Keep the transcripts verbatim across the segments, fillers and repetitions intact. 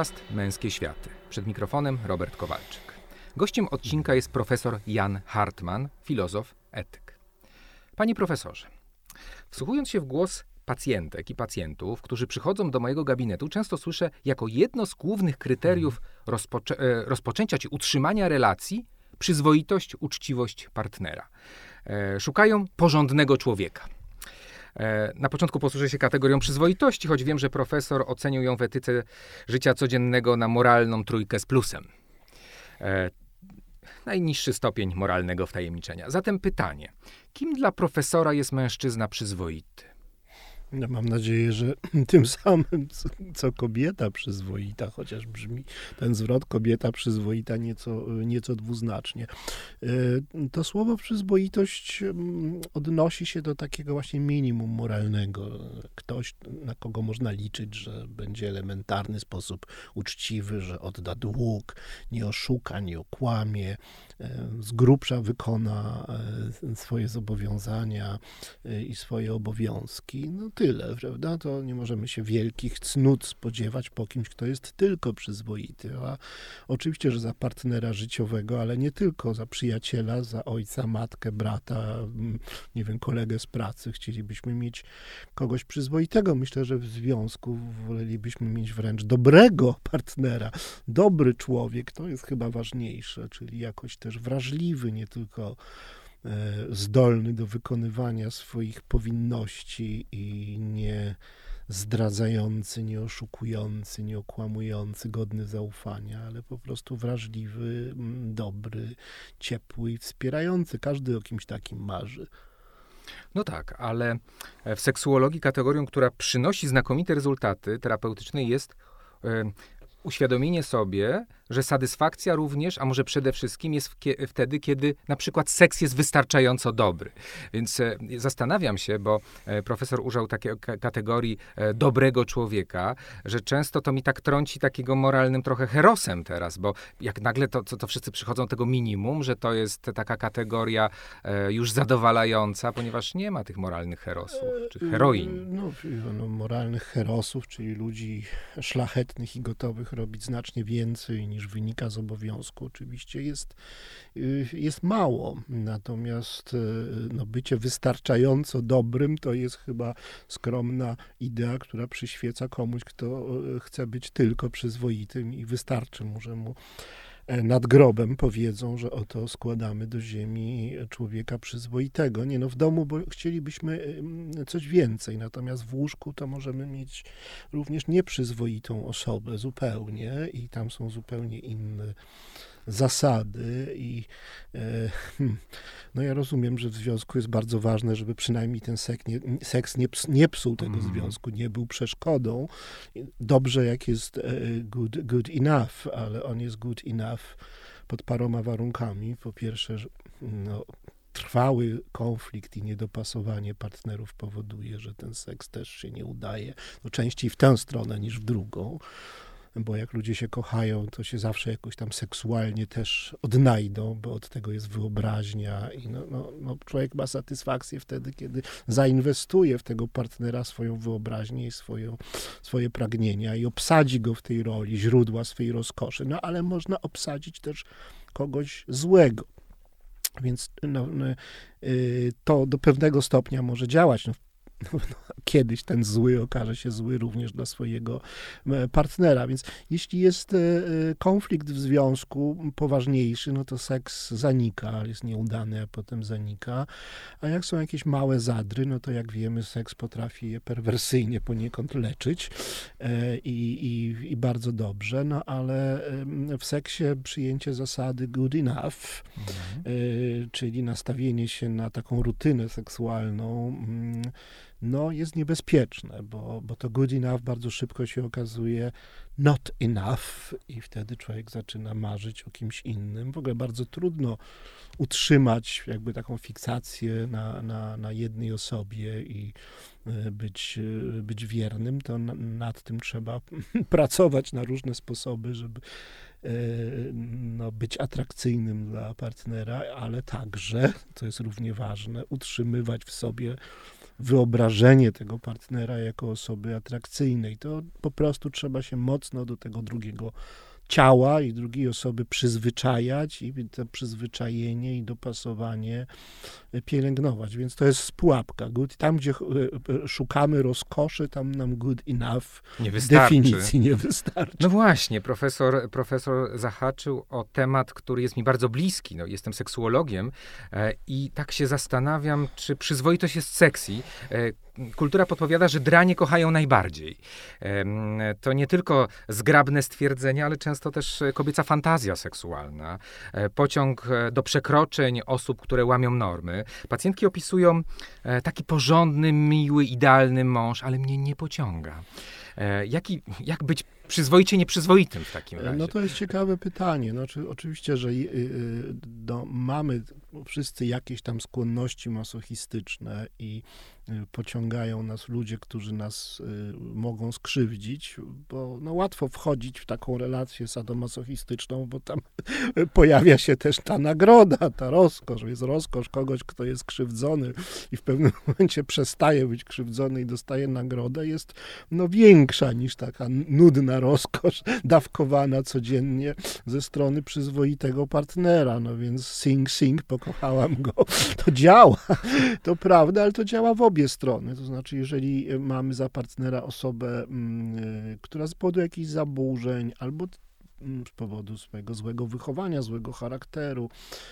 Podcast Męskie Światy. Przed mikrofonem Robert Kowalczyk. Gościem odcinka jest profesor Jan Hartman, filozof, etyk. Panie profesorze, wsłuchując się w głos pacjentek i pacjentów, którzy przychodzą do mojego gabinetu, często słyszę jako jedno z głównych kryteriów rozpoczę- rozpoczęcia czy utrzymania relacji przyzwoitość, uczciwość partnera. E, szukają porządnego człowieka. E, na początku posłużę się kategorią przyzwoitości, choć wiem, że profesor ocenił ją w etyce życia codziennego na moralną trójkę z plusem. E, najniższy stopień moralnego wtajemniczenia. Zatem pytanie, kim dla profesora jest mężczyzna przyzwoity? No, mam nadzieję, że tym samym, co, co kobieta przyzwoita, chociaż brzmi ten zwrot kobieta przyzwoita nieco, nieco dwuznacznie. To słowo przyzwoitość odnosi się do takiego właśnie minimum moralnego. Ktoś, na kogo można liczyć, że będzie elementarny sposób uczciwy, że odda dług, nie oszuka, nie okłamie, z grubsza wykona swoje zobowiązania i swoje obowiązki. No tyle, prawda? To nie możemy się wielkich cnót spodziewać po kimś, kto jest tylko przyzwoity. A oczywiście, że za partnera życiowego, ale nie tylko, za przyjaciela, za ojca, matkę, brata, nie wiem, kolegę z pracy. Chcielibyśmy mieć kogoś przyzwoitego. Myślę, że w związku wolelibyśmy mieć wręcz dobrego partnera. Dobry człowiek, to jest chyba ważniejsze, czyli jakoś też wrażliwy, nie tylko zdolny do wykonywania swoich powinności i nie zdradzający, nie oszukujący, nie okłamujący, godny zaufania, ale po prostu wrażliwy, dobry, ciepły i wspierający. Każdy o kimś takim marzy. No tak, ale w seksuologii kategorią, która przynosi znakomite rezultaty terapeutyczne jest y, uświadomienie sobie, że satysfakcja również, a może przede wszystkim jest w kie- wtedy, kiedy na przykład seks jest wystarczająco dobry. Więc e, zastanawiam się, bo e, profesor użył takiej k- kategorii e, dobrego człowieka, że często to mi tak trąci takiego moralnym trochę herosem teraz, bo jak nagle to, to, to wszyscy przychodzą do tego minimum, że to jest taka kategoria e, już zadowalająca, ponieważ nie ma tych moralnych herosów, czy heroin. No, no, moralnych herosów, czyli ludzi szlachetnych i gotowych robić znacznie więcej niż wynika z obowiązku, oczywiście jest, jest mało. Natomiast no, bycie wystarczająco dobrym to jest chyba skromna idea, która przyświeca komuś, kto chce być tylko przyzwoitym i wystarczy mu, że mu nad grobem powiedzą, że oto składamy do ziemi człowieka przyzwoitego. Nie no, w domu bo chcielibyśmy coś więcej, natomiast w łóżku to możemy mieć również nieprzyzwoitą osobę zupełnie i tam są zupełnie inne zasady i e, no ja rozumiem, że w związku jest bardzo ważne, żeby przynajmniej ten seks nie, seks nie, ps, nie psuł tego mm. związku, nie był przeszkodą. Dobrze, jak jest e, good, good enough, ale on jest good enough pod paroma warunkami. Po pierwsze, że, no, trwały konflikt i niedopasowanie partnerów powoduje, że ten seks też się nie udaje. No, częściej w tę stronę niż w drugą. Bo jak ludzie się kochają, to się zawsze jakoś tam seksualnie też odnajdą, bo od tego jest wyobraźnia i no, no, no człowiek ma satysfakcję wtedy, kiedy zainwestuje w tego partnera swoją wyobraźnię i swoją, swoje pragnienia i obsadzi go w tej roli źródła swej rozkoszy. No ale można obsadzić też kogoś złego. Więc no, no, to do pewnego stopnia może działać. No, No, kiedyś ten zły okaże się zły również dla swojego partnera. Więc jeśli jest konflikt w związku poważniejszy, no to seks zanika, jest nieudany, a potem zanika. A jak są jakieś małe zadry, no to jak wiemy, seks potrafi je perwersyjnie poniekąd leczyć i, i, i bardzo dobrze, no ale w seksie przyjęcie zasady good enough, mhm. czyli nastawienie się na taką rutynę seksualną, no jest niebezpieczne, bo, bo to good enough bardzo szybko się okazuje not enough i wtedy człowiek zaczyna marzyć o kimś innym. W ogóle bardzo trudno utrzymać jakby taką fiksację na, na, na jednej osobie i być, być wiernym, to nad tym trzeba pracować na różne sposoby, żeby no, być atrakcyjnym dla partnera, ale także, co jest równie ważne, utrzymywać w sobie wyobrażenie tego partnera jako osoby atrakcyjnej. To po prostu trzeba się mocno do tego drugiego ciała i drugiej osoby przyzwyczajać i to przyzwyczajenie i dopasowanie pielęgnować. Więc to jest pułapka. Good. Tam, gdzie szukamy rozkoszy, tam nam good enough nie w definicji nie wystarczy. No właśnie, profesor, profesor zahaczył o temat, który jest mi bardzo bliski. No, jestem seksuologiem e, i tak się zastanawiam, czy przyzwoitość jest sexy. E, Kultura podpowiada, że dranie kochają najbardziej. To nie tylko zgrabne stwierdzenie, ale często też kobieca fantazja seksualna. Pociąg do przekroczeń osób, które łamią normy. Pacjentki opisują taki porządny, miły, idealny mąż, ale mnie nie pociąga. Jaki, jak być przyzwoicie nieprzyzwoitym w takim razie? No to jest ciekawe pytanie. Znaczy, oczywiście, że no, mamy wszyscy jakieś tam skłonności masochistyczne i pociągają nas ludzie, którzy nas y, mogą skrzywdzić, bo no, łatwo wchodzić w taką relację sadomasochistyczną, bo tam pojawia się też ta nagroda, ta rozkosz. Jest rozkosz kogoś, kto jest krzywdzony i w pewnym momencie przestaje być krzywdzony i dostaje nagrodę, jest no, większa niż taka nudna rozkosz dawkowana codziennie ze strony przyzwoitego partnera. No więc sing, sing, pokochałam go. To działa, to prawda, ale to działa w obie strony. To znaczy, jeżeli mamy za partnera osobę, y, która z powodu jakichś zaburzeń albo z powodu swojego złego wychowania, złego charakteru,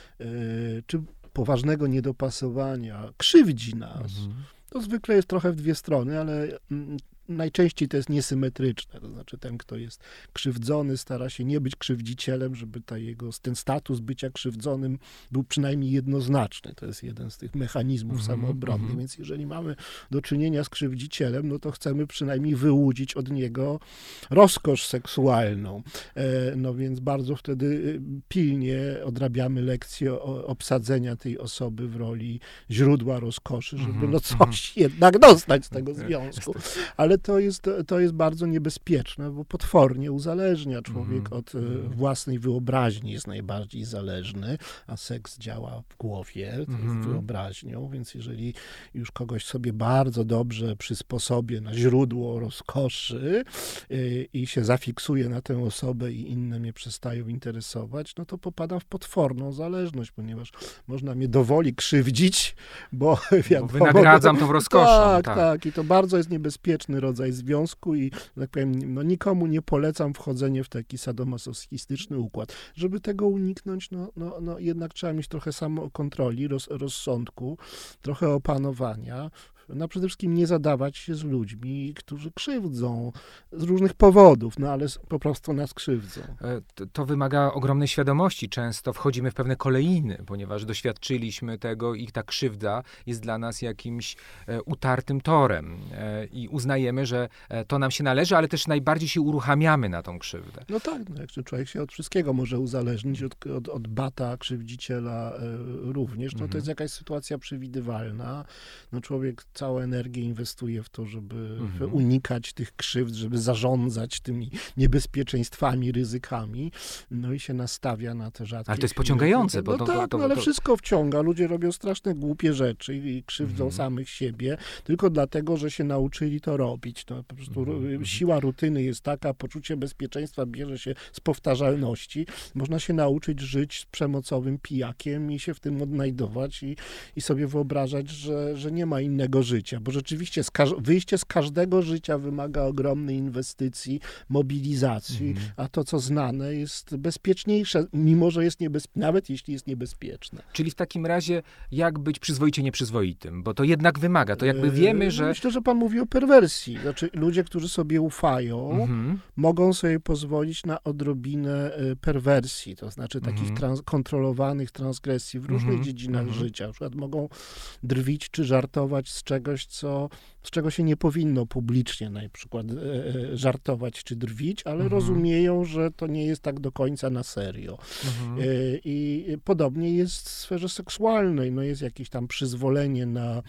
y, czy poważnego niedopasowania krzywdzi nas, mhm. to zwykle jest trochę w dwie strony, ale y, najczęściej to jest niesymetryczne, to znaczy ten, kto jest krzywdzony, stara się nie być krzywdzicielem, żeby ta jego, ten status bycia krzywdzonym był przynajmniej jednoznaczny. To jest jeden z tych mechanizmów mm-hmm, samoobronnych, mm-hmm. więc jeżeli mamy do czynienia z krzywdzicielem, no to chcemy przynajmniej wyłudzić od niego rozkosz seksualną. E, no więc bardzo wtedy pilnie odrabiamy lekcję obsadzenia tej osoby w roli źródła rozkoszy, żeby mm-hmm, no coś mm-hmm. jednak dostać z tego związku. Ale to jest, to jest bardzo niebezpieczne, bo potwornie uzależnia. Człowiek mm. od y, własnej wyobraźni jest najbardziej zależny, a seks działa w głowie, to mm. jest wyobraźnią, więc jeżeli już kogoś sobie bardzo dobrze przysposobię na źródło rozkoszy y, i się zafiksuje na tę osobę i inne mnie przestają interesować, no to popadam w potworną zależność, ponieważ można mnie dowoli krzywdzić, bo wiadomo... Bo wynagradzam tą rozkoszą. Tak, tak, tak. I to bardzo jest niebezpieczny rodzaj związku i, tak powiem, no, nikomu nie polecam wchodzenie w taki sadomasochistyczny układ. Żeby tego uniknąć, no, no, no jednak trzeba mieć trochę samokontroli, roz, rozsądku, trochę opanowania. No przede wszystkim nie zadawać się z ludźmi, którzy krzywdzą z różnych powodów, no ale po prostu nas krzywdzą. To, to wymaga ogromnej świadomości. Często wchodzimy w pewne kolejny, ponieważ doświadczyliśmy tego i ta krzywda jest dla nas jakimś e, utartym torem e, i uznajemy, że e, to nam się należy, ale też najbardziej się uruchamiamy na tą krzywdę. No tak, no jak człowiek się od wszystkiego może uzależnić, od, od, od bata krzywdziciela e, również, no mhm. to jest jakaś sytuacja przewidywalna. No człowiek całą energię inwestuje w to, żeby mhm. unikać tych krzywd, żeby zarządzać tymi niebezpieczeństwami, ryzykami, no i się nastawia na te rzadkie... Ale to jest pociągające. Bo no to, tak, to, to, no, ale to... wszystko wciąga. Ludzie robią straszne głupie rzeczy i krzywdzą mhm. samych siebie, tylko dlatego, że się nauczyli to robić. No, po prostu mhm. siła rutyny jest taka, poczucie bezpieczeństwa bierze się z powtarzalności. Można się nauczyć żyć z przemocowym pijakiem i się w tym odnajdować i, i sobie wyobrażać, że, że nie ma innego życia, bo rzeczywiście z każ- wyjście z każdego życia wymaga ogromnej inwestycji, mobilizacji, mhm. a to, co znane, jest bezpieczniejsze, mimo że jest niebezpieczne, nawet jeśli jest niebezpieczne. Czyli w takim razie jak być przyzwoicie nieprzyzwoitym? Bo to jednak wymaga, to jakby wiemy, że... Myślę, że pan mówi o perwersji. Znaczy ludzie, którzy sobie ufają, mhm. mogą sobie pozwolić na odrobinę perwersji, to znaczy takich mhm. trans- kontrolowanych transgresji w różnych mhm. dziedzinach mhm. życia. Na przykład mogą drwić czy żartować z czegoś, co, z czego się nie powinno publicznie na przykład e, żartować czy drwić, ale mhm. rozumieją, że to nie jest tak do końca na serio. Mhm. E, I podobnie jest w sferze seksualnej. No jest jakieś tam przyzwolenie na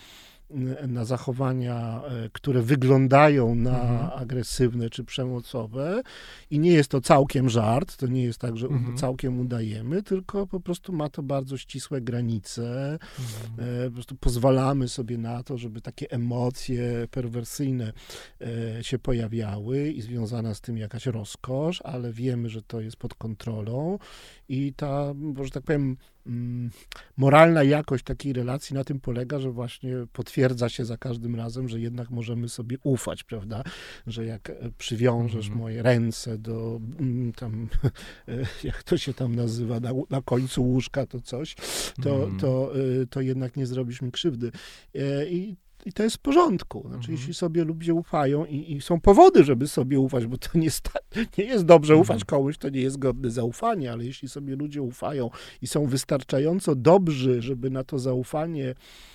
na zachowania, które wyglądają na Mhm. agresywne czy przemocowe i nie jest to całkiem żart, to nie jest tak, że Mhm. całkiem udajemy, tylko po prostu ma to bardzo ścisłe granice. Mhm. Po prostu pozwalamy sobie na to, żeby takie emocje perwersyjne się pojawiały i związana z tym jakaś rozkosz, ale wiemy, że to jest pod kontrolą i ta, że tak powiem, moralna jakość takiej relacji na tym polega, że właśnie potwierdza się za każdym razem, że jednak możemy sobie ufać, prawda? Że jak przywiążesz Mhm. moje ręce do tam, jak to się tam nazywa, na, na końcu łóżka to coś, to, Mhm. to, to jednak nie zrobisz mi krzywdy. I I to jest w porządku. Znaczy, Mhm. jeśli sobie ludzie ufają i, i są powody, żeby sobie ufać, bo to nie, sta, nie jest dobrze Mhm. ufać komuś, to nie jest godne zaufania, ale jeśli sobie ludzie ufają i są wystarczająco dobrzy, żeby na to zaufanie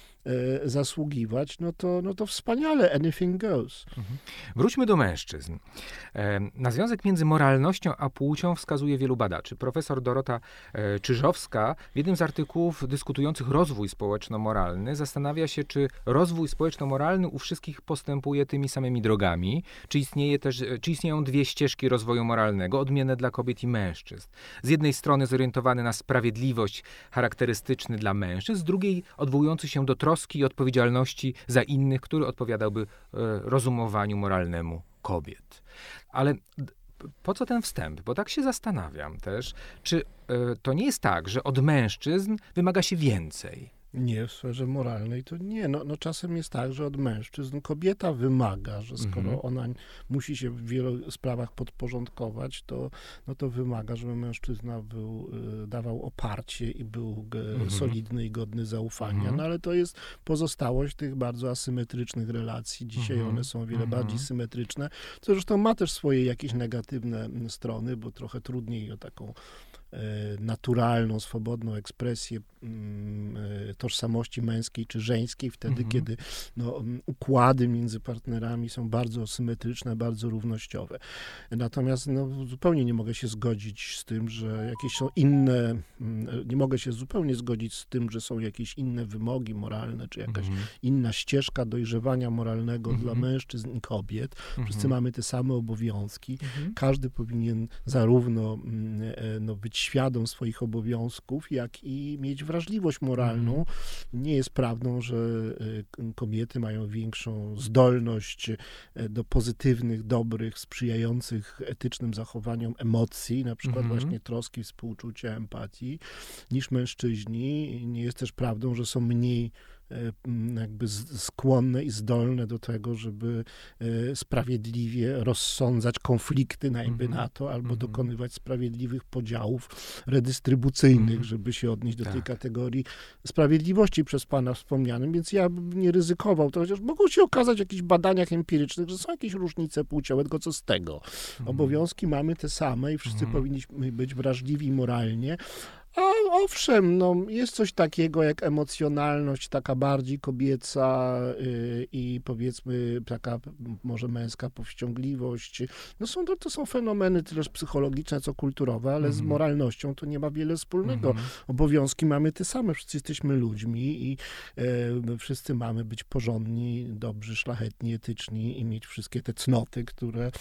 e, zasługiwać, no to, no to wspaniale, anything goes. Mhm. Wróćmy do mężczyzn. E, na związek między moralnością a płcią wskazuje wielu badaczy. Profesor Dorota e, Czyżowska w jednym z artykułów dyskutujących rozwój społeczno-moralny zastanawia się, czy rozwój społeczno-moralny u wszystkich postępuje tymi samymi drogami, czy istnieje też, czy istnieją dwie ścieżki rozwoju moralnego, odmienne dla kobiet i mężczyzn. Z jednej strony zorientowany na sprawiedliwość charakterystyczny dla mężczyzn, z drugiej odwołujący się do troski i odpowiedzialności za innych, który odpowiadałby e, rozumowaniu moralnemu kobiet. Ale d- po co ten wstęp? Bo tak się zastanawiam też, czy e, to nie jest tak, że od mężczyzn wymaga się więcej. Nie, w sferze moralnej to nie. No, no czasem jest tak, że od mężczyzn kobieta wymaga, że skoro Mhm. ona musi się w wielu sprawach podporządkować, to, no to wymaga, żeby mężczyzna był, y, dawał oparcie i był g- Mhm. solidny i godny zaufania. Mhm. No ale to jest pozostałość tych bardzo asymetrycznych relacji. Dzisiaj Mhm. one są o wiele Mhm. bardziej symetryczne, co zresztą ma też swoje jakieś negatywne mm, strony, bo trochę trudniej o taką e, naturalną, swobodną ekspresję mm, e, tożsamości męskiej czy żeńskiej, wtedy, Mhm. kiedy no, m, układy między partnerami są bardzo symetryczne, bardzo równościowe. Natomiast no, zupełnie nie mogę się zgodzić z tym, że jakieś są inne, m, nie mogę się zupełnie zgodzić z tym, że są jakieś inne wymogi moralne, czy jakaś Mhm. inna ścieżka dojrzewania moralnego Mhm. dla mężczyzn i kobiet. Wszyscy Mhm. mamy te same obowiązki. Mhm. Każdy powinien zarówno mm, e, no, być świadom swoich obowiązków, jak i mieć wrażliwość moralną. Mhm. Nie jest prawdą, że e, k- kobiety mają większą zdolność e, do pozytywnych, dobrych, sprzyjających etycznym zachowaniom emocji, na przykład Mhm. właśnie troski, współczucia, empatii, niż mężczyźni. Nie jest też prawdą, że są mniej e, m, jakby z- skłonne i zdolne do tego, żeby e, sprawiedliwie rozsądzać konflikty najby Mhm. na to, albo Mhm. dokonywać sprawiedliwych podziałów redystrybucyjnych, Mhm. żeby się odnieść do tej Tak. kategorii sprawiedliwości przez pana wspomnianym, więc ja bym nie ryzykował to, chociaż mogą się okazać w jakichś badaniach empirycznych, że są jakieś różnice płciowe, tylko co z tego? Mhm. Obowiązki mamy te same i wszyscy Mhm. powinniśmy być wrażliwi moralnie. A owszem, no, jest coś takiego jak emocjonalność, taka bardziej kobieca y, i powiedzmy taka m, może męska powściągliwość. No są to, to są fenomeny tyleż psychologiczne, co kulturowe, ale z Mhm. moralnością to nie ma wiele wspólnego. Mhm. Obowiązki mamy te same, wszyscy jesteśmy ludźmi i e, wszyscy mamy być porządni, dobrzy, szlachetni, etyczni i mieć wszystkie te cnoty, które, e,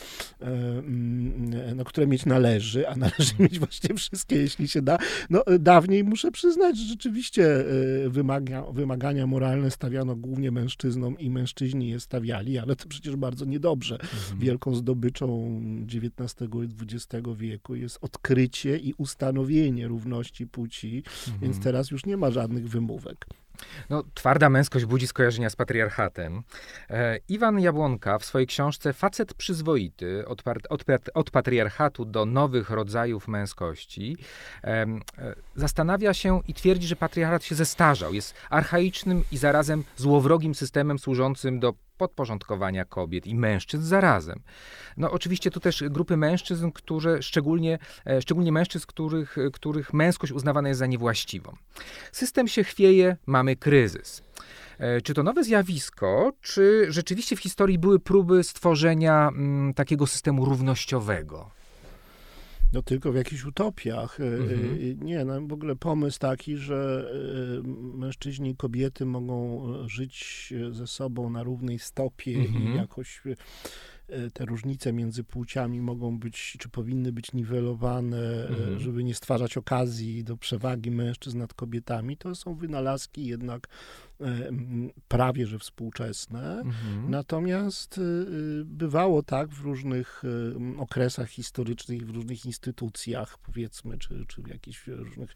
mm, no, które mieć należy, a należy mieć właśnie wszystkie, jeśli się da. No, dawniej muszę przyznać, że rzeczywiście e, wymaga, wymagania moralne stawiano głównie mężczyznom i mężczyźni je stawiali, ale to przecież bardzo niedobrze. Mhm. Wielką zdobyczą dziewiętnastego i dwudziestego wieku jest odkrycie i ustanowienie równości płci, Mhm. więc teraz już nie ma żadnych wymówek. No, twarda męskość budzi skojarzenia z patriarchatem. E, Iwan Jabłonka w swojej książce Facet przyzwoity od, par- od, pat- od patriarchatu do nowych rodzajów męskości em, e, zastanawia się i twierdzi, że patriarchat się zestarzał. Jest archaicznym i zarazem złowrogim systemem służącym do podporządkowania kobiet i mężczyzn zarazem. No oczywiście tu też grupy mężczyzn, którzy szczególnie, e, szczególnie mężczyzn, których, których męskość uznawana jest za niewłaściwą. System się chwieje, mamy kryzys. E, Czy to nowe zjawisko, czy rzeczywiście w historii były próby stworzenia mm, takiego systemu równościowego? No tylko w jakichś utopiach. Mhm. Nie, no w ogóle pomysł taki, że mężczyźni i kobiety mogą żyć ze sobą na równej stopie mhm. i jakoś te różnice między płciami mogą być, czy powinny być niwelowane, mhm. żeby nie stwarzać okazji do przewagi mężczyzn nad kobietami, to są wynalazki jednak prawie że współczesne. Mhm. Natomiast bywało tak w różnych okresach historycznych, w różnych instytucjach, powiedzmy, czy, czy w jakichś różnych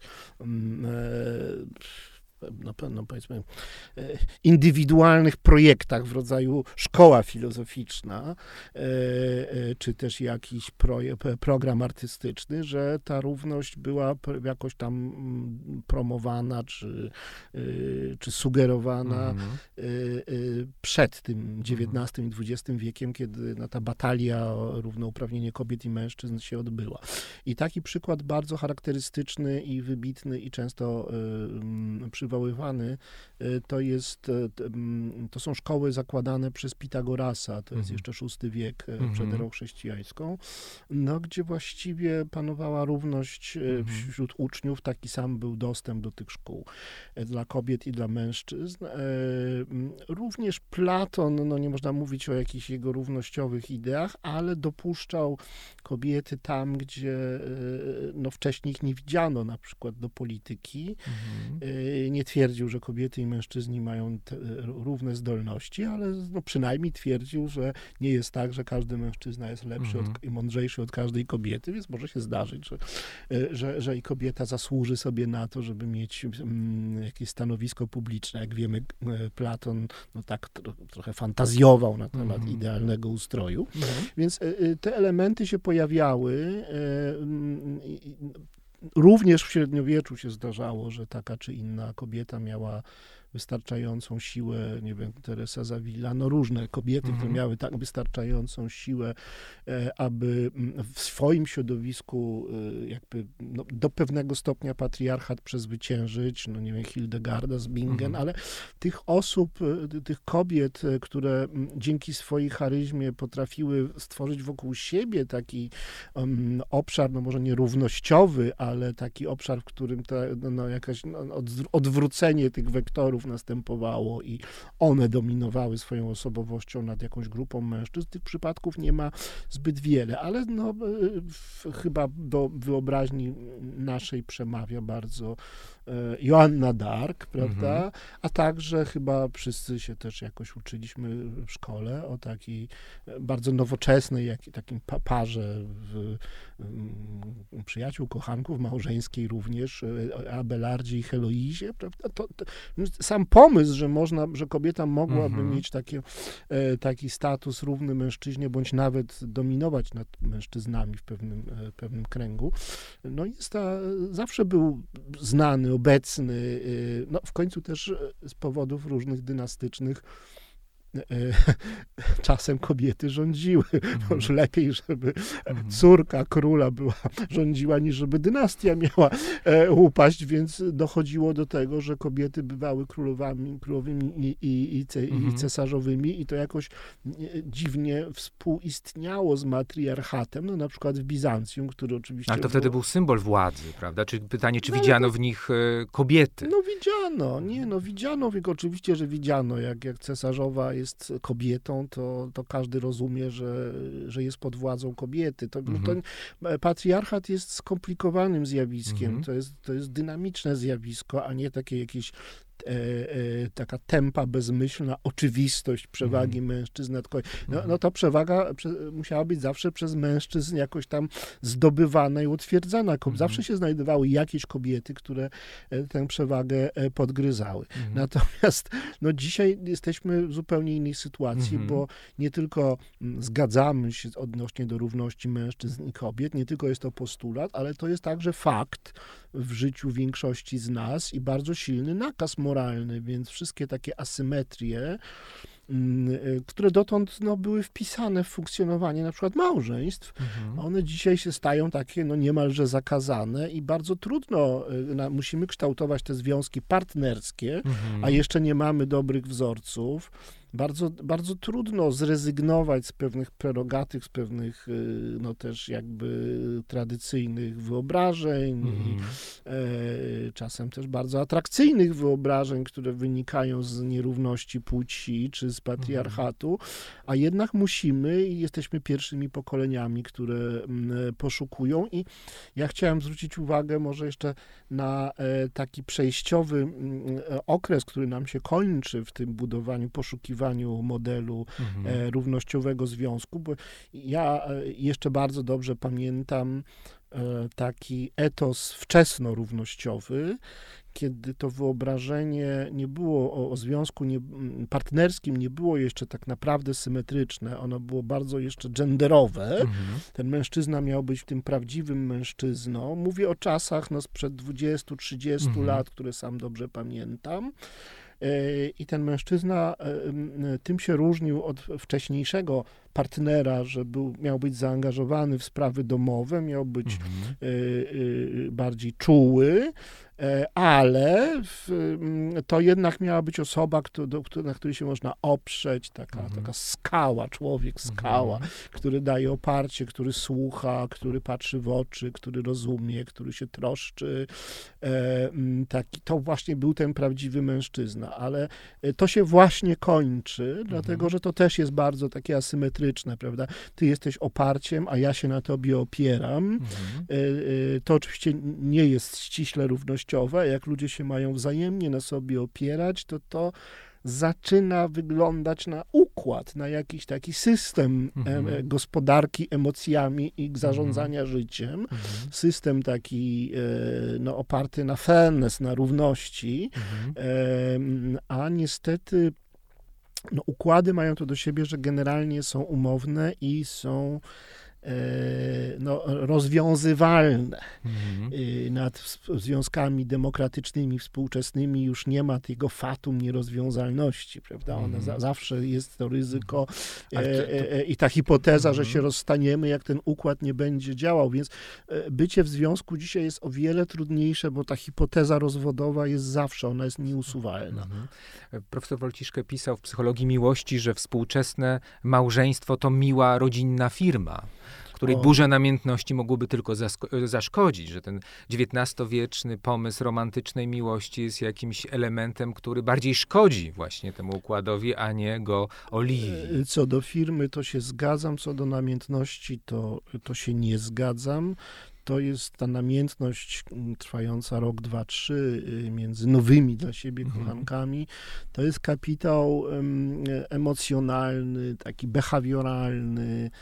no, no powiedzmy, indywidualnych projektach w rodzaju szkoła filozoficzna, czy też jakiś proje- program artystyczny, że ta równość była jakoś tam promowana, czy, czy sugerowana mhm. przed tym dziewiętnastym i dwudziestym wiekiem, kiedy no, ta batalia o równouprawnienie kobiet i mężczyzn się odbyła. I taki przykład bardzo charakterystyczny i wybitny i często przy przywoływany, to jest, to są szkoły zakładane przez Pitagorasa, to jest mhm. jeszcze szósty wiek mhm. przed erą chrześcijańską, no gdzie właściwie panowała równość mhm. wśród uczniów, taki sam był dostęp do tych szkół dla kobiet i dla mężczyzn. Również Platon, no nie można mówić o jakichś jego równościowych ideach, ale dopuszczał kobiety tam, gdzie no wcześniej ich nie widziano, na przykład do polityki. Mhm. Nie twierdził, że kobiety i mężczyźni mają te, równe zdolności, ale no przynajmniej twierdził, że nie jest tak, że każdy mężczyzna jest lepszy mm-hmm. od, i mądrzejszy od każdej kobiety, więc może się zdarzyć, że, że, że i kobieta zasłuży sobie na to, żeby mieć um, jakieś stanowisko publiczne. Jak wiemy, Platon no tak tro, trochę fantazjował na temat mm-hmm. idealnego ustroju, mm-hmm. więc y, te elementy się pojawiały. Y, y, Również w średniowieczu się zdarzało, że taka czy inna kobieta miała wystarczającą siłę, nie wiem, Teresa Zavilla, no różne kobiety, mhm. które miały tak wystarczającą siłę, aby w swoim środowisku jakby no, do pewnego stopnia patriarchat przezwyciężyć, no nie wiem, Hildegarda z Bingen, mhm. ale tych osób, tych kobiet, które dzięki swojej charyzmie potrafiły stworzyć wokół siebie taki um, obszar, no może nie równościowy, ale taki obszar, w którym ta, no, no jakaś no, odwrócenie tych wektorów następowało i one dominowały swoją osobowością nad jakąś grupą mężczyzn. Tych przypadków nie ma zbyt wiele, ale no, w, chyba do wyobraźni naszej przemawia bardzo e, Joanna d'Arc, prawda? Mhm. A także chyba wszyscy się też jakoś uczyliśmy w szkole o takiej bardzo nowoczesnej, jak, takim pa, parze w, um, przyjaciół, kochanków małżeńskiej również, Abelardzie i Heloizie, prawda? To, to, sam pomysł, że można, że kobieta mogłaby mhm. mieć takie, e, taki status równy mężczyźnie, bądź nawet dominować nad mężczyznami w pewnym, e, pewnym kręgu, no jest ta, zawsze był znany, obecny, e, no w końcu też z powodów różnych dynastycznych czasem kobiety rządziły. Mm. Może lepiej, żeby mm. córka króla była, rządziła, niż żeby dynastia miała e, upaść, więc dochodziło do tego, że kobiety bywały królowami, królowymi i, i, i, ce, mm. i cesarzowymi i to jakoś dziwnie współistniało z matriarchatem, no na przykład w Bizancjum, który oczywiście... Ale to wtedy było... był symbol władzy, prawda? Czy pytanie, czy no, widziano to... w nich e, kobiety? No widziano, nie, no widziano, oczywiście, że widziano, jak, jak cesarzowa jest kobietą, to, to każdy rozumie, że, że jest pod władzą kobiety. To, mm-hmm. to patriarchat jest skomplikowanym zjawiskiem, mm-hmm. to, jest, to jest dynamiczne zjawisko, a nie takie jakieś E, e, taka tempa, bezmyślna oczywistość przewagi mm. mężczyzn nad kobietą. No, no ta przewaga prze, musiała być zawsze przez mężczyzn jakoś tam zdobywana i utwierdzana. Mm. Zawsze się znajdowały jakieś kobiety, które e, tę przewagę e, podgryzały. Mm. Natomiast no, dzisiaj jesteśmy w zupełnie innej sytuacji, mm. bo nie tylko m, zgadzamy się odnośnie do równości mężczyzn i kobiet, nie tylko jest to postulat, ale to jest także fakt w życiu większości z nas i bardzo silny nakaz moralny, więc wszystkie takie asymetrie, które dotąd no, były wpisane w funkcjonowanie na przykład małżeństw, mhm. one dzisiaj się stają takie no, niemalże zakazane i bardzo trudno, na, musimy kształtować te związki partnerskie, mhm. a jeszcze nie mamy dobrych wzorców. bardzo, bardzo trudno zrezygnować z pewnych prerogatyw, z pewnych no też jakby tradycyjnych wyobrażeń mm. i e, czasem też bardzo atrakcyjnych wyobrażeń, które wynikają z nierówności płci czy z patriarchatu, mm. a jednak musimy i jesteśmy pierwszymi pokoleniami, które m, poszukują i ja chciałem zwrócić uwagę może jeszcze na e, taki przejściowy m, okres, który nam się kończy w tym budowaniu, poszukiwaniu modelu mm. e, równościowego związku, bo ja jeszcze bardzo dobrze pamiętam taki etos wczesnorównościowy, kiedy to wyobrażenie nie było o, o związku nie, partnerskim, nie było jeszcze tak naprawdę symetryczne, ono było bardzo jeszcze genderowe. Mhm. Ten mężczyzna miał być tym prawdziwym mężczyzną. Mówię o czasach no, sprzed dwudziestu trzydziestu mhm. lat, które sam dobrze pamiętam. I ten mężczyzna tym się różnił od wcześniejszego partnera, że był, miał być zaangażowany w sprawy domowe, miał być mhm. bardziej czuły, ale to jednak miała być osoba, na której się można oprzeć, taka, mhm. taka skała, człowiek skała, mhm. który daje oparcie, który słucha, który patrzy w oczy, który rozumie, który się troszczy. Taki, to właśnie był ten prawdziwy mężczyzna, ale to się właśnie kończy, mhm. dlatego, że to też jest bardzo takie asymetryczne, prawda? Ty jesteś oparciem, a ja się na tobie opieram. Mhm. To oczywiście nie jest ściśle równościowe. Jak ludzie się mają wzajemnie na sobie opierać, to to zaczyna wyglądać na układ, na jakiś taki system mhm. e, gospodarki emocjami i zarządzania mhm. życiem. Mhm. System taki e, no, oparty na fairness, na równości, mhm. e, a niestety no, układy mają to do siebie, że generalnie są umowne i są no, rozwiązywalne. Mhm. Nad związkami demokratycznymi, współczesnymi już nie ma tego fatum nierozwiązalności, prawda? Ona mhm. za, zawsze jest to ryzyko e, e, i ta hipoteza, mhm. że się rozstaniemy, jak ten układ nie będzie działał, więc bycie w związku dzisiaj jest o wiele trudniejsze, bo ta hipoteza rozwodowa jest zawsze, ona jest nieusuwalna. Mhm. Profesor Wolciszkę pisał w Psychologii Miłości, że współczesne małżeństwo to miła rodzinna firma, której o. burze namiętności mogłyby tylko zasko- zaszkodzić, że ten dziewiętnastowieczny pomysł romantycznej miłości jest jakimś elementem, który bardziej szkodzi właśnie temu układowi, a nie go oliwi. Co do firmy, to się zgadzam, co do namiętności, to, to się nie zgadzam. To jest ta namiętność trwająca rok, dwa, trzy między nowymi dla siebie kochankami. To jest kapitał emocjonalny, taki behawioralny,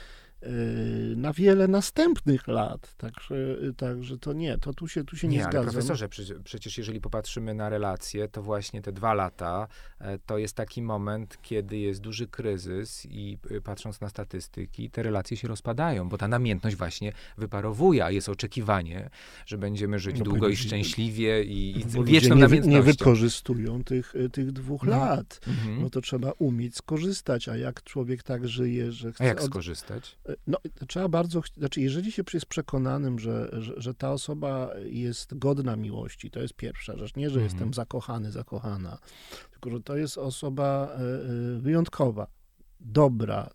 na wiele następnych lat. Także, także to nie, to tu się, tu się nie, nie zgadzam. Ale profesorze, przecież jeżeli popatrzymy na relacje, to właśnie te dwa lata to jest taki moment, kiedy jest duży kryzys i patrząc na statystyki, te relacje się rozpadają, bo ta namiętność właśnie wyparowuje, a jest oczekiwanie, że będziemy żyć no, długo i szczęśliwie i, i wieczną nie, namiętnością. Nie wykorzystują tych, tych dwóch no. lat. Mhm. No to trzeba umieć skorzystać, a jak człowiek tak żyje, że chce... A jak od... skorzystać? No, trzeba bardzo, znaczy jeżeli się jest przekonanym, że, że, że ta osoba jest godna miłości, to jest pierwsza rzecz, nie, że mhm. jestem zakochany, zakochana, tylko, że to jest osoba wyjątkowa, dobra,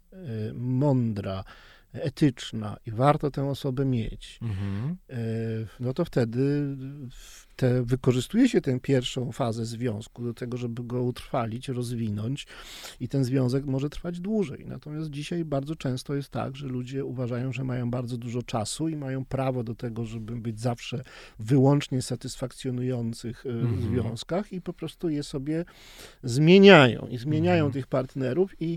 mądra, etyczna i warto tę osobę mieć, mhm. no to wtedy te, wykorzystuje się tę pierwszą fazę związku do tego, żeby go utrwalić, rozwinąć i ten związek może trwać dłużej. Natomiast dzisiaj bardzo często jest tak, że ludzie uważają, że mają bardzo dużo czasu i mają prawo do tego, żeby być zawsze wyłącznie satysfakcjonujących mhm. związkach i po prostu je sobie zmieniają i zmieniają mhm. tych partnerów i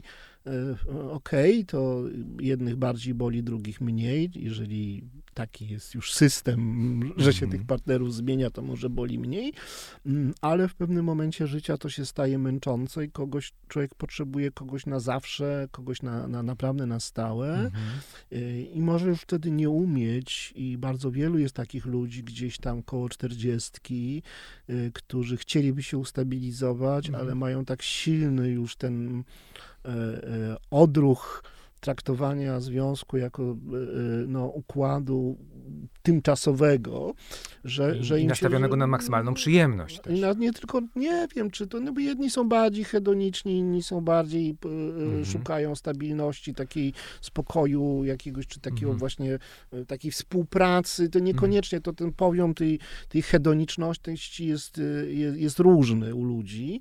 okej, okay, to jednych bardziej boli, drugich mniej. Jeżeli taki jest już system, że się mm. tych partnerów zmienia, to może boli mniej, ale w pewnym momencie życia to się staje męczące i kogoś, człowiek potrzebuje kogoś na zawsze, kogoś na, na naprawdę na stałe mm-hmm. i może już wtedy nie umieć i bardzo wielu jest takich ludzi gdzieś tam koło czterdziestki, którzy chcieliby się ustabilizować, mm. ale mają tak silny już ten odruch traktowania związku jako no, układu tymczasowego, że, I, że i im nastawionego się, na maksymalną przyjemność też. I na, nie tylko, nie wiem, czy to, no bo jedni są bardziej hedoniczni, inni są bardziej, y, Mhm. szukają stabilności, takiej spokoju jakiegoś, czy takiego Mhm. właśnie, y, takiej współpracy, to niekoniecznie to ten poziom tej, tej hedoniczności jest, y, jest, jest różny u ludzi,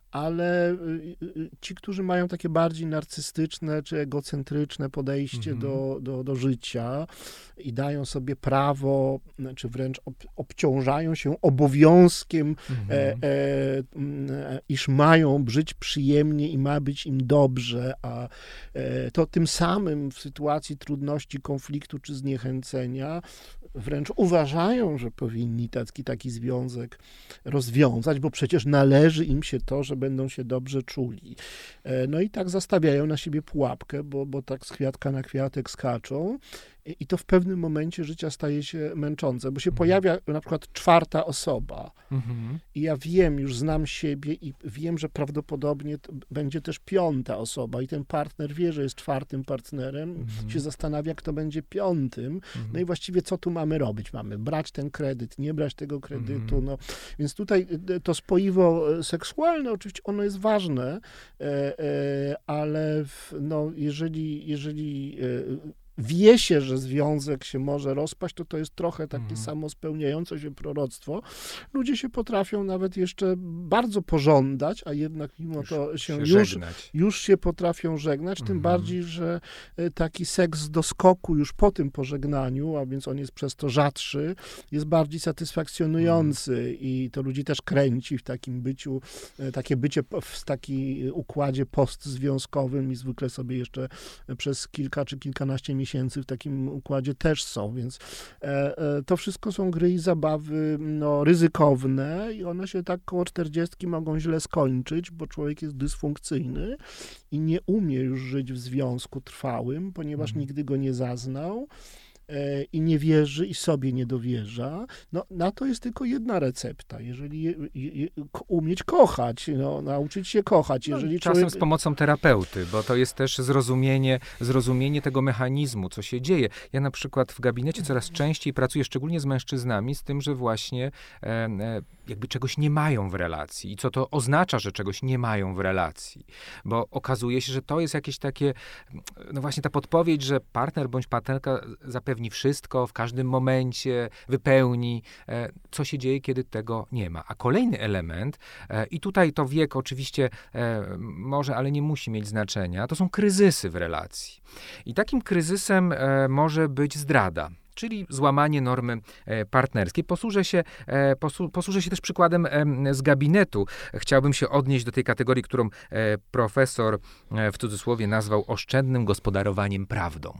ale y, y, ci, którzy mają takie bardziej narcystyczne, czy egocentryczne podejście Mhm. do, do, do życia i dają sobie prawo, czy wręcz ob, obciążają się obowiązkiem, Mhm. e, e, m, e, iż mają żyć przyjemnie i ma być im dobrze, a e, to tym samym w sytuacji trudności, konfliktu czy zniechęcenia wręcz uważają, że powinni taki, taki związek rozwiązać, bo przecież należy im się to, że będą się dobrze czuli. E, no i tak zastawiają na siebie pułapkę, bo, bo tak z kwiatka na kwiatek skaczą. I to w pewnym momencie życia staje się męczące, bo się Mhm. pojawia na przykład czwarta osoba Mhm. i ja wiem, już znam siebie i wiem, że prawdopodobnie to będzie też piąta osoba i ten partner wie, że jest czwartym partnerem, Mhm. się zastanawia, kto będzie piątym. Mhm. No i właściwie co tu mamy robić? Mamy brać ten kredyt, nie brać tego kredytu. Mhm. No, więc tutaj to spoiwo seksualne, oczywiście ono jest ważne, e, e, ale w, no, jeżeli, jeżeli e, wie się, że związek się może rozpaść, to to jest trochę takie Mhm. samo spełniające się proroctwo. Ludzie się potrafią nawet jeszcze bardzo pożądać, a jednak mimo Już to się, się już, żegnać. już się potrafią żegnać, tym Mhm. bardziej, że e, taki seks do skoku już po tym pożegnaniu, a więc on jest przez to rzadszy, jest bardziej satysfakcjonujący i to ludzi też kręci w takim byciu, e, takie bycie po- w takim układzie postzwiązkowym i zwykle sobie jeszcze przez kilka czy kilkanaście miesięcy w takim układzie też są, więc e, e, to wszystko są gry i zabawy no, ryzykowne i one się tak koło czterdziestki mogą źle skończyć, bo człowiek jest dysfunkcyjny i nie umie już żyć w związku trwałym, ponieważ Mhm. nigdy go nie zaznał e, i nie wierzy i sobie nie dowierza. No, na to jest tylko jedna recepta. Jeżeli je, je, k- umieć kochać, no, nauczyć się kochać. No, Jeżeli czasem człowiek... z pomocą terapeuty, bo to jest też zrozumienie, zrozumienie tego mechanizmu, co się dzieje. Ja na przykład w gabinecie coraz częściej pracuję, szczególnie z mężczyznami, z tym, że właśnie e, e, jakby czegoś nie mają w relacji. I co to oznacza, że czegoś nie mają w relacji? Bo okazuje się, że to jest jakieś takie, no właśnie ta podpowiedź, że partner bądź partnerka zapewni wszystko w każdym momencie, wypełni, e, co się dzieje, kiedy tego nie ma. A kolejny element, e, i tutaj to wiek oczywiście e, może, ale nie musi mieć znaczenia, to są kryzysy w relacji. I takim kryzysem e, może być zdrada. Czyli złamanie normy e, partnerskiej. Posłużę się, e, posłu, posłużę się też przykładem e, z gabinetu. Chciałbym się odnieść do tej kategorii, którą e, profesor e, w cudzysłowie nazwał oszczędnym gospodarowaniem prawdą.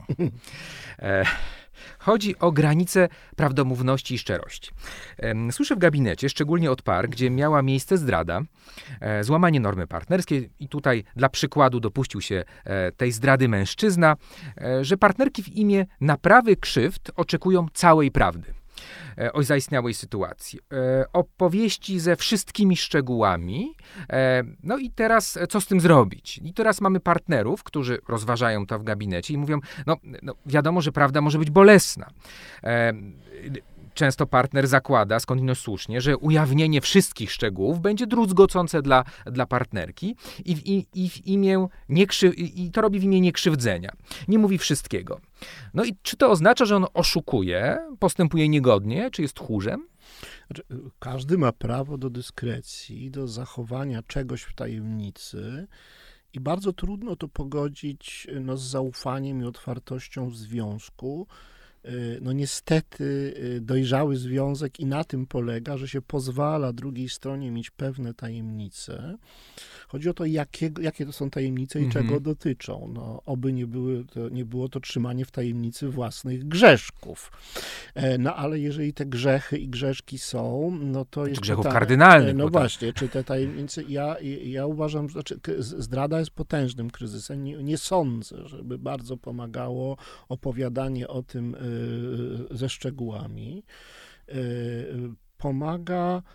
E, Chodzi o granice prawdomówności i szczerości. Em, Słyszę w gabinecie, szczególnie od par, gdzie miała miejsce zdrada, e, złamanie normy partnerskiej i tutaj dla przykładu dopuścił się e, tej zdrady mężczyzna, e, że partnerki w imię naprawy krzywd oczekują całej prawdy e, o zaistniałej sytuacji. E, opowieści ze wszystkimi szczegółami. E, no i teraz e, co z tym zrobić? I teraz mamy partnerów, którzy rozważają to w gabinecie i mówią, no, no wiadomo, że prawda może być bolesna. E, Często partner zakłada, skądinąd słusznie, że ujawnienie wszystkich szczegółów będzie druzgocące dla, dla partnerki i, w, i, i w imię nie krzy, i to robi w imię niekrzywdzenia. Nie mówi wszystkiego. No i czy to oznacza, że on oszukuje, postępuje niegodnie, czy jest tchórzem? Znaczy, każdy ma prawo do dyskrecji, do zachowania czegoś w tajemnicy i bardzo trudno to pogodzić no, z zaufaniem i otwartością w związku. No niestety dojrzały związek i na tym polega, że się pozwala drugiej stronie mieć pewne tajemnice. Chodzi o to, jakie, jakie to są tajemnice i Mhm. czego dotyczą. No, oby nie, były to, nie było to trzymanie w tajemnicy własnych grzeszków. No ale jeżeli te grzechy i grzeszki są, no to jest... Grzechów ta, kardynalnych. No bo właśnie, czy te tajemnice... Ja, ja uważam, że znaczy, zdrada jest potężnym kryzysem. Nie, nie sądzę, żeby bardzo pomagało opowiadanie o tym y, ze szczegółami. Y, pomaga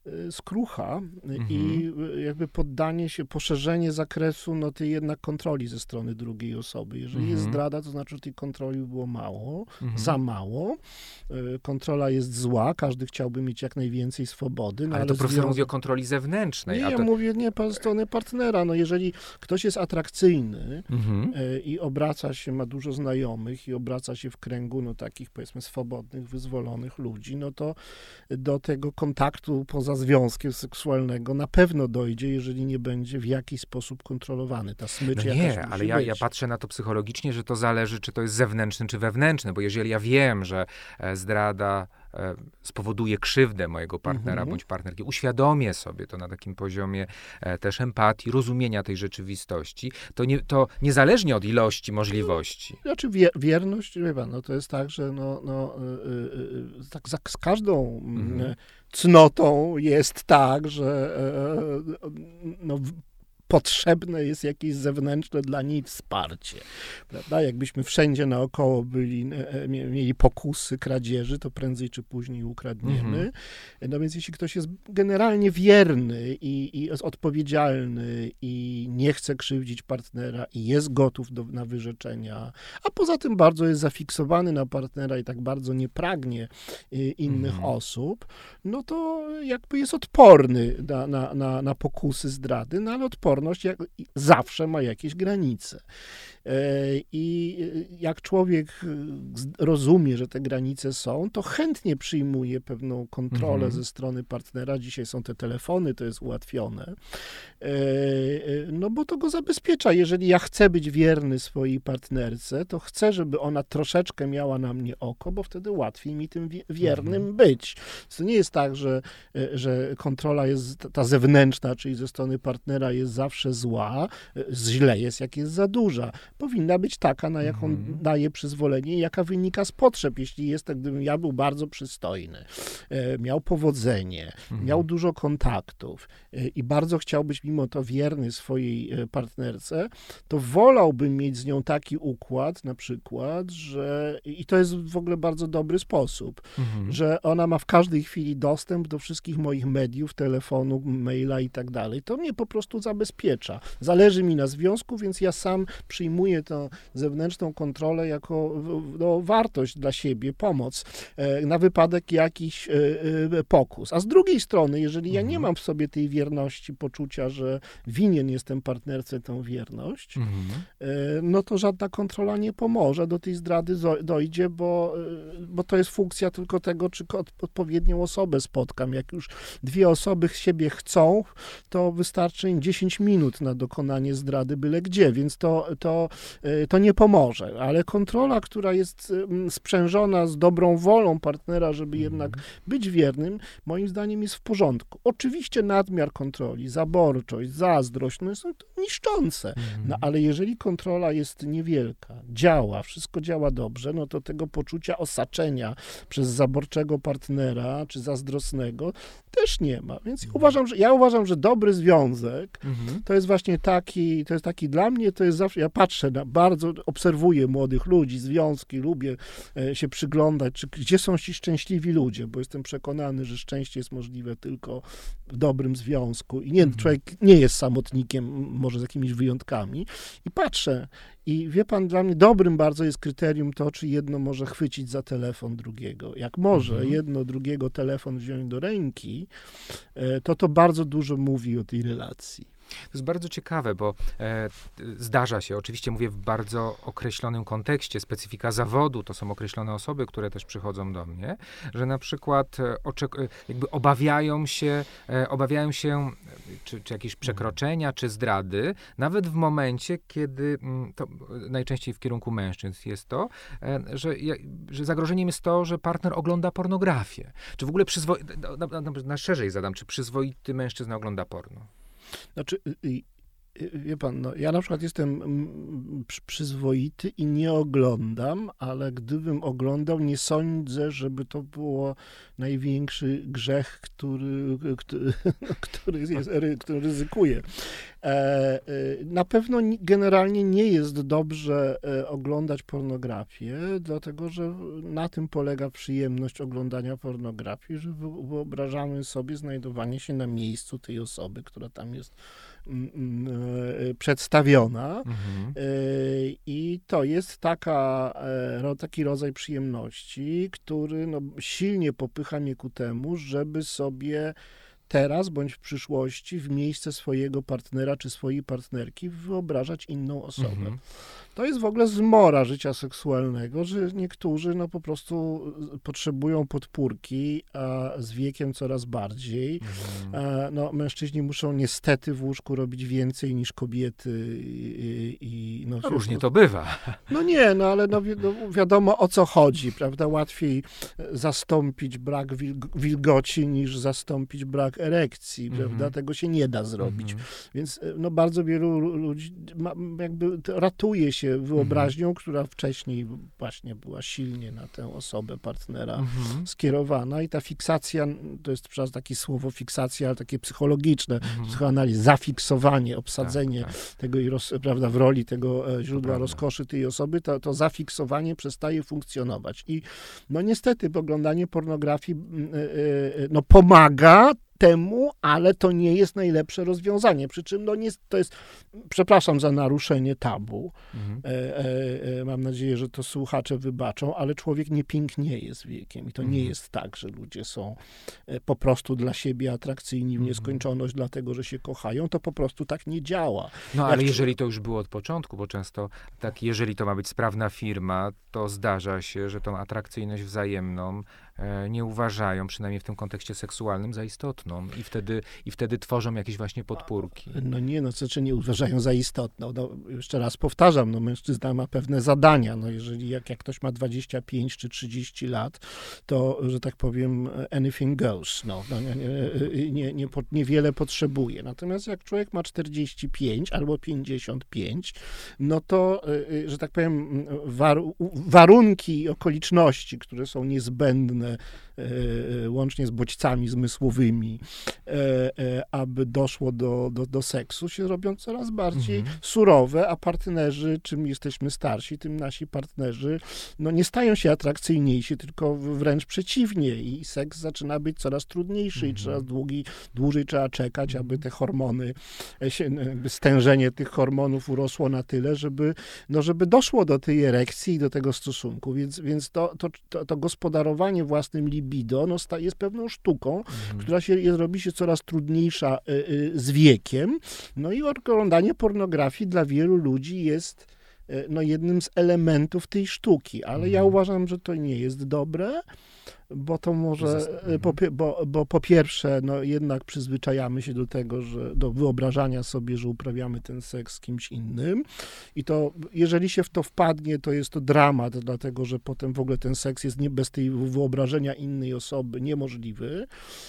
skrucha Mhm. i jakby poddanie się, poszerzenie zakresu no, tej jednak kontroli ze strony drugiej osoby. Jeżeli Mhm. jest zdrada, to znaczy, że tej kontroli było mało, Mhm. za mało. Kontrola jest zła, każdy chciałby mieć jak najwięcej swobody. No, ale, ale to profesor zwią- mówi o kontroli zewnętrznej. Nie, a ja to... mówię nie po stronie partnera. No, jeżeli ktoś jest atrakcyjny, Mhm. i obraca się, ma dużo znajomych i obraca się w kręgu no, takich powiedzmy swobodnych, wyzwolonych ludzi, no to do tego kontaktu poza związkiem seksualnego na pewno dojdzie, jeżeli nie będzie w jakiś sposób kontrolowany. Ta smycz No jakaś nie, musi ale ja, ja być. patrzę na to psychologicznie, że to zależy, czy to jest zewnętrzne, czy wewnętrzne, bo jeżeli ja wiem, że e, zdrada e, spowoduje krzywdę mojego partnera Mhm. bądź partnerki, uświadomię sobie to na takim poziomie e, też empatii, rozumienia tej rzeczywistości, to, nie, to niezależnie od ilości możliwości. Znaczy wie, wierność, wie pan, no to jest tak, że no, no, y, y, y, tak za, z każdą Mhm. mm, cnotą jest tak, że e, e, no, w- potrzebne jest jakieś zewnętrzne dla niej wsparcie, prawda? Jakbyśmy wszędzie naokoło byli, e, mie- mieli pokusy kradzieży, to prędzej czy później ukradniemy. Mhm. No więc jeśli ktoś jest generalnie wierny i, i jest odpowiedzialny i nie chce krzywdzić partnera i jest gotów do, na wyrzeczenia, a poza tym bardzo jest zafiksowany na partnera i tak bardzo nie pragnie y, innych Mhm. osób, no to jakby jest odporny na, na, na, na pokusy zdrady, no ale odporność jak, zawsze ma jakieś granice. E, I jak człowiek z- rozumie, że te granice są, to chętnie przyjmuje pewną kontrolę Mhm. ze strony partnera. Dzisiaj są te telefony, to jest ułatwione. E, e, No bo to go zabezpiecza. Jeżeli ja chcę być wierny swojej partnerce, to chcę, żeby ona troszeczkę miała na mnie oko, bo wtedy łatwiej mi tym wie- wiernym Mhm. być. To nie jest tak, że, e, że kontrola jest ta- ta zewnętrzna, czyli ze strony partnera jest zawsze zła, e, źle jest, jak jest za duża. Powinna być taka, na jaką Mhm. daje przyzwolenie i jaka wynika z potrzeb. Jeśli jest, tak gdybym ja był bardzo przystojny, e, miał powodzenie, Mhm. miał dużo kontaktów e, i bardzo chciał być mimo to wierny swojej e, partnerce, to wolałbym mieć z nią taki układ na przykład, że i to jest w ogóle bardzo dobry sposób, Mhm. że ona ma w każdej chwili dostęp do wszystkich moich mediów, telefonu, maila i tak dalej. To mnie po prostu zabezpiecza. Zależy mi na związku, więc ja sam przyjmuję tę zewnętrzną kontrolę jako w- no, wartość dla siebie, pomoc e, na wypadek jakichś e, e, pokus. A z drugiej strony, jeżeli ja nie Mhm. mam w sobie tej wierności, poczucia, że winien jestem partnerce tę wierność, Mhm. e, no to żadna kontrola nie pomoże. Do tej zdrady zo- dojdzie, bo, e, bo to jest funkcja tylko tego, czy ko- odpowiednią osobę spotkam. Jak już dwie osoby siebie chcą, to wystarczy im dziesięć minut na dokonanie zdrady byle gdzie, więc to, to, e, to nie pomoże. Ale kontrola, która jest em, sprzężona z dobrą wolą partnera, żeby jednak być wiernym, moim zdaniem jest w porządku. Oczywiście nadmiar kontroli, zaborczość, zazdrość, no są to niszczące. Mhm. No ale jeżeli kontrola jest niewielka, działa, wszystko działa dobrze, no to tego poczucia osaczenia przez zaborczego partnera czy zazdrosnego też nie ma. Więc ja uważam, że, ja uważam, że dobry związek Mhm. to jest właśnie taki, to jest taki dla mnie, to jest zawsze, ja patrzę na, bardzo obserwuję młodych ludzi, związki, lubię e, się przyglądać, czy, gdzie są ci szczęśliwi ludzie, bo jestem przekonany, że szczęście jest możliwe tylko w dobrym związku i nie, Mhm. człowiek nie jest samotnikiem, m, może z jakimiś wyjątkami i patrzę i wie pan, dla mnie dobrym bardzo jest kryterium to, czy jedno może chwycić za telefon drugiego. Jak może Mhm. jedno drugiego telefon wziąć do ręki, e, to to bardzo dużo mówi o tej relacji. To jest bardzo ciekawe, bo e, zdarza się, oczywiście mówię w bardzo określonym kontekście, specyfika zawodu, to są określone osoby, które też przychodzą do mnie, że na przykład e, oczek- e, jakby obawiają się, e, obawiają się e, czy, czy jakieś przekroczenia, czy zdrady, nawet w momencie, kiedy, mm, to najczęściej w kierunku mężczyzn jest to, e, że, ja- że zagrożeniem jest to, że partner ogląda pornografię. Czy w ogóle przyzwoity, na, na, na, na szerzej zadam, czy przyzwoity mężczyzna ogląda porno? Znaczy, y, y, y, wie pan, no, ja na przykład jestem mm, przy- przyzwoity i nie oglądam, ale gdybym oglądał, nie sądzę, żeby to było największy grzech, który, który, który, jest, ry- który ryzykuję. Na pewno generalnie nie jest dobrze oglądać pornografię, dlatego że na tym polega przyjemność oglądania pornografii, że wyobrażamy sobie znajdowanie się na miejscu tej osoby, która tam jest przedstawiona. Mhm. I to jest taka, taki rodzaj przyjemności, który no, silnie popycha mnie ku temu, żeby sobie teraz bądź w przyszłości w miejsce swojego partnera czy swojej partnerki wyobrażać inną osobę. Mhm. To jest w ogóle zmora życia seksualnego, że niektórzy no po prostu potrzebują podpórki, a z wiekiem coraz bardziej. Mhm. A, no, mężczyźni muszą niestety w łóżku robić więcej niż kobiety. I, i, no, no, różnie to bywa. No nie, no ale no, wi- no, wiadomo o co chodzi, prawda? Łatwiej zastąpić brak wilg- wilgoci niż zastąpić brak erekcji, mhm. prawda? Tego się nie da zrobić. Mhm. Więc no, bardzo wielu ludzi ma, jakby ratuje się wyobraźnią, mhm. która wcześniej właśnie była silnie na tę osobę, partnera mhm. skierowana i ta fiksacja, to jest przez takie słowo fiksacja, ale takie psychologiczne, mhm. psychoanaliz, zafiksowanie, obsadzenie tak, tak. tego, i roz, prawda, w roli tego źródła rozkoszy tej osoby, to, to zafiksowanie przestaje funkcjonować. I no niestety oglądanie pornografii no, pomaga temu, ale to nie jest najlepsze rozwiązanie. Przy czym no nie, to jest, przepraszam za naruszenie tabu. Mhm. E, e, mam nadzieję, że to słuchacze wybaczą, ale człowiek nie pięknieje z wiekiem. I to mhm. nie jest tak, że ludzie są po prostu dla siebie atrakcyjni w nieskończoność, mhm. dlatego, że się kochają. To po prostu tak nie działa. No ale Jak jeżeli to już było od początku, bo często tak, jeżeli to ma być sprawna firma, to zdarza się, że tą atrakcyjność wzajemną nie uważają, przynajmniej w tym kontekście seksualnym, za istotną i wtedy, i wtedy tworzą jakieś właśnie podpórki. No nie, no co czy nie uważają za istotną. No, jeszcze raz powtarzam, no mężczyzna ma pewne zadania. No jeżeli jak, jak ktoś ma dwadzieścia pięć czy trzydzieści lat, to, że tak powiem, anything goes. No, no nie, nie, nie, nie, niewiele potrzebuje. Natomiast jak człowiek ma czterdzieści pięć albo pięćdziesiąt pięć, no to, że tak powiem, war, warunki i okoliczności, które są niezbędne łącznie z bodźcami zmysłowymi, aby doszło do, do, do seksu, się robią coraz bardziej mhm. surowe, a partnerzy, czym jesteśmy starsi, tym nasi partnerzy no nie stają się atrakcyjniejsi, tylko wręcz przeciwnie i seks zaczyna być coraz trudniejszy mhm. i coraz długi, dłużej trzeba czekać, aby te hormony, się, stężenie tych hormonów urosło na tyle, żeby, no, żeby doszło do tej erekcji i do tego stosunku, więc, więc to, to, to, to gospodarowanie własnym libido no, jest pewną sztuką, mhm. która się, jest, robi się coraz trudniejsza y, y, z wiekiem. No i oglądanie pornografii dla wielu ludzi jest y, no, jednym z elementów tej sztuki, ale mhm. ja uważam, że to nie jest dobre, bo to może, po, bo, bo po pierwsze, no jednak przyzwyczajamy się do tego, że do wyobrażania sobie, że uprawiamy ten seks z kimś innym i to, jeżeli się w to wpadnie, to jest to dramat, dlatego, że potem w ogóle ten seks jest nie bez tej wyobrażenia innej osoby niemożliwy,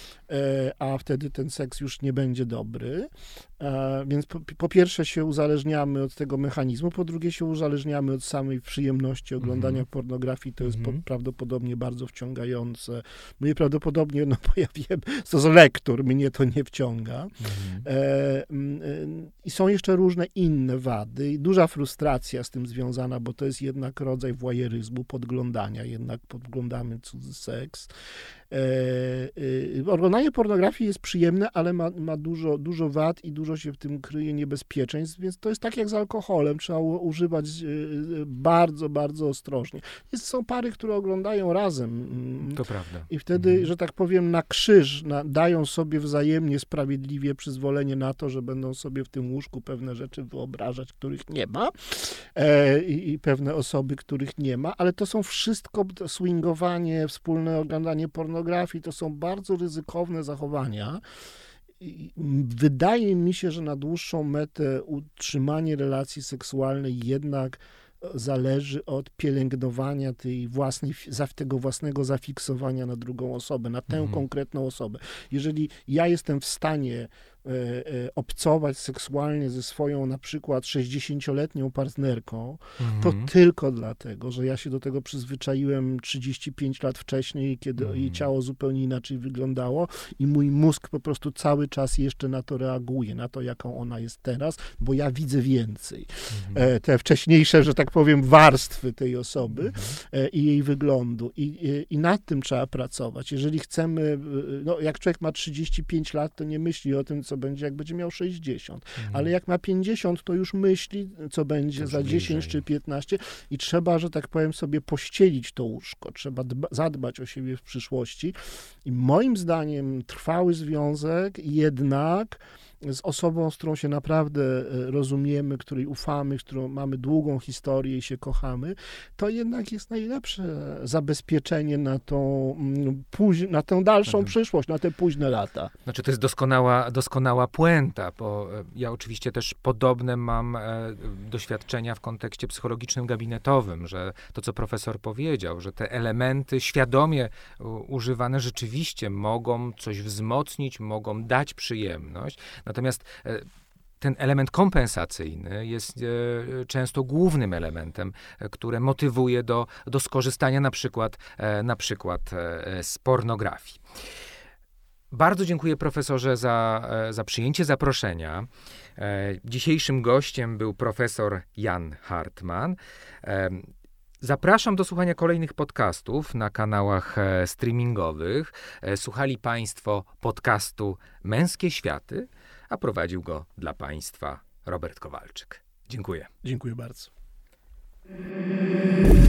a wtedy ten seks już nie będzie dobry. Więc po, po pierwsze się uzależniamy od tego mechanizmu, po drugie się uzależniamy od samej przyjemności oglądania mm-hmm. pornografii, to jest mm-hmm. po, prawdopodobnie bardzo wciągające. Mnie prawdopodobnie, no bo ja wiem, to z lektur, mnie to nie wciąga. Mm-hmm. E, I są jeszcze różne inne wady i duża frustracja z tym związana, bo to jest jednak rodzaj wojeryzmu, podglądania, jednak podglądamy cudzy seks. E, e, oglądanie pornografii jest przyjemne, ale ma, ma dużo, dużo wad i dużo się w tym kryje niebezpieczeństw, więc to jest tak jak z alkoholem, trzeba używać e, bardzo, bardzo ostrożnie. Jest, są pary, które oglądają razem. To prawda. I wtedy, mhm. że tak powiem, na krzyż na, dają sobie wzajemnie sprawiedliwie przyzwolenie na to, że będą sobie w tym łóżku pewne rzeczy wyobrażać, których nie ma e, i, i pewne osoby, których nie ma, ale to są wszystko swingowanie, wspólne oglądanie pornografii, to są bardzo ryzykowne zachowania. I wydaje mi się, że na dłuższą metę utrzymanie relacji seksualnej jednak zależy od pielęgnowania tej własnej, tego własnego zafiksowania na drugą osobę, na tę mhm. konkretną osobę. Jeżeli ja jestem w stanie obcować seksualnie ze swoją na przykład sześćdziesięcioletnią partnerką, Mhm. to tylko dlatego, że ja się do tego przyzwyczaiłem trzydzieści pięć lat wcześniej, kiedy Mhm. jej ciało zupełnie inaczej wyglądało i mój mózg po prostu cały czas jeszcze na to reaguje, na to, jaką ona jest teraz, bo ja widzę więcej. Mhm. E, te wcześniejsze, że tak powiem, warstwy tej osoby Mhm. e, i jej wyglądu. I, i, I nad tym trzeba pracować. Jeżeli chcemy, e, no jak człowiek ma trzydzieści pięć lat, to nie myśli o tym, co będzie, jak będzie miał sześćdziesiąt. Mhm. Ale jak ma pięćdziesiąt, to już myśli, co będzie To już za dziesięć bliżej. czy piętnaście i trzeba, że tak powiem, sobie pościelić to łóżko. Trzeba dba, zadbać o siebie w przyszłości. I moim zdaniem trwały związek jednak z osobą, z którą się naprawdę e, rozumiemy, której ufamy, z którą mamy długą historię i się kochamy, to jednak jest najlepsze zabezpieczenie na tą, mm, póź- na tę dalszą Mhm. przyszłość, na te późne lata. Znaczy, to jest doskonała, doskonała puenta, bo e, ja oczywiście też podobne mam e, doświadczenia w kontekście psychologicznym, gabinetowym, że to, co profesor powiedział, że te elementy świadomie u, używane rzeczywiście mogą coś wzmocnić, mogą dać przyjemność, natomiast e, ten element kompensacyjny jest e, często głównym elementem, e, które motywuje do, do skorzystania na przykład, e, na przykład e, z pornografii. Bardzo dziękuję profesorze za, e, za przyjęcie zaproszenia. E, Dzisiejszym gościem był profesor Jan Hartman. E, Zapraszam do słuchania kolejnych podcastów na kanałach e, streamingowych. E, Słuchali Państwo podcastu Męskie Światy, a prowadził go dla Państwa Robert Kowalczyk. Dziękuję. Dziękuję bardzo.